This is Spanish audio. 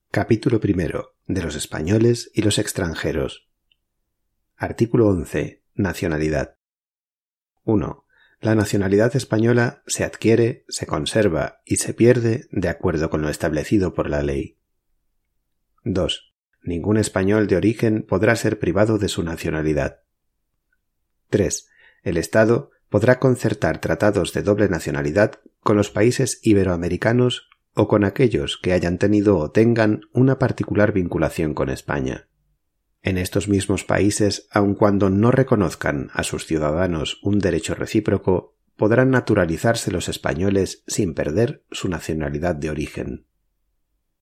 Capítulo primero. De los españoles y los extranjeros. Artículo 11. Nacionalidad. 1. La nacionalidad española se adquiere, se conserva y se pierde de acuerdo con lo establecido por la ley. 2. Ningún español de origen podrá ser privado de su nacionalidad. 3. El Estado podrá concertar tratados de doble nacionalidad con los países iberoamericanos o con aquellos que hayan tenido o tengan una particular vinculación con España. En estos mismos países, aun cuando no reconozcan a sus ciudadanos un derecho recíproco, podrán naturalizarse los españoles sin perder su nacionalidad de origen.